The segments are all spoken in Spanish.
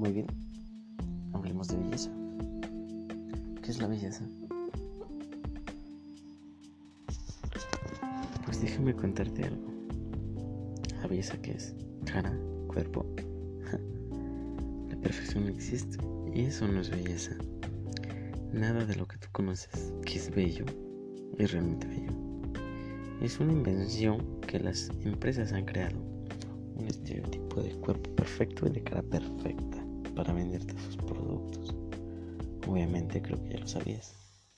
Muy bien, hablemos de belleza. ¿Qué es la belleza? Pues déjame contarte algo. La belleza, ¿qué es? Cara, cuerpo. La perfección no existe y eso no es belleza. Nada de lo que tú conoces que es bello es realmente bello. Es una invención que las empresas han creado. Un estereotipo de cuerpo perfecto y de cara perfecta para venderte sus productos. Obviamente creo que ya lo sabías.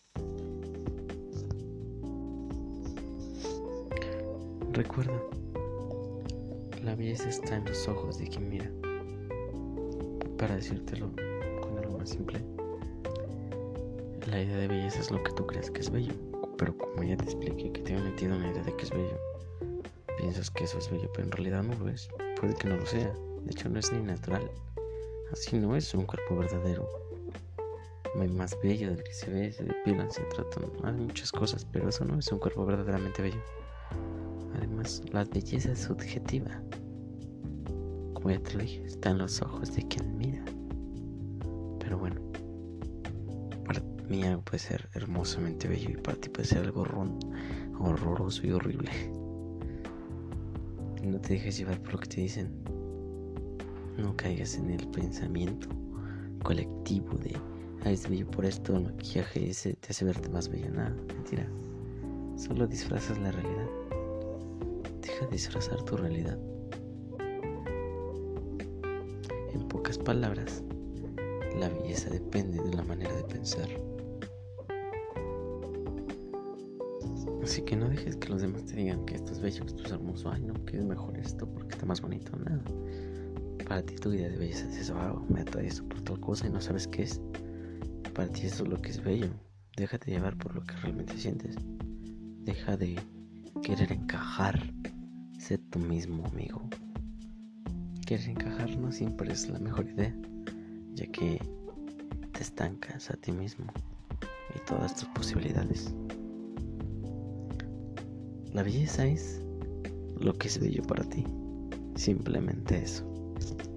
Recuerda, la belleza está en los ojos de quien mira. Para decírtelo con algo más simple, la idea de belleza es lo que tú crees que es bello. Pero como ya te expliqué que te he metido en la idea de que es bello, piensas que eso es bello, pero en realidad no lo es. Puede que no lo sea. De hecho, no es ni natural. Así no es un cuerpo verdadero. No hay más bello del que se ve, se depilan, se tratan. Hay muchas cosas, pero eso no es un cuerpo verdaderamente bello. Además, la belleza es subjetiva. Como ya te lo dije, está en los ojos de quien mira. Pero bueno, para mí algo puede ser hermosamente bello y para ti puede ser algo horroroso y horrible. No te dejes llevar por lo que te dicen. No caigas en el pensamiento colectivo de es bello por esto, el maquillaje ese te hace verte más bello. Nada, mentira. Solo disfrazas la realidad. Deja de disfrazar tu realidad. En pocas palabras, la belleza depende de la manera de pensar. Así que no dejes que los demás te digan que esto es bello, que esto es hermoso. Ay, no, que es mejor esto porque está más bonito. Nada. Para ti tu idea de belleza es eso. Me atrae eso por tal cosa y no sabes qué es. Para ti eso es lo que es bello. Déjate llevar por lo que realmente sientes. Deja de querer encajar. Sé tú mismo, amigo. Querer encajar no siempre es la mejor idea, ya que te estancas a ti mismo y todas tus posibilidades. La belleza es lo que es bello para ti. Simplemente eso.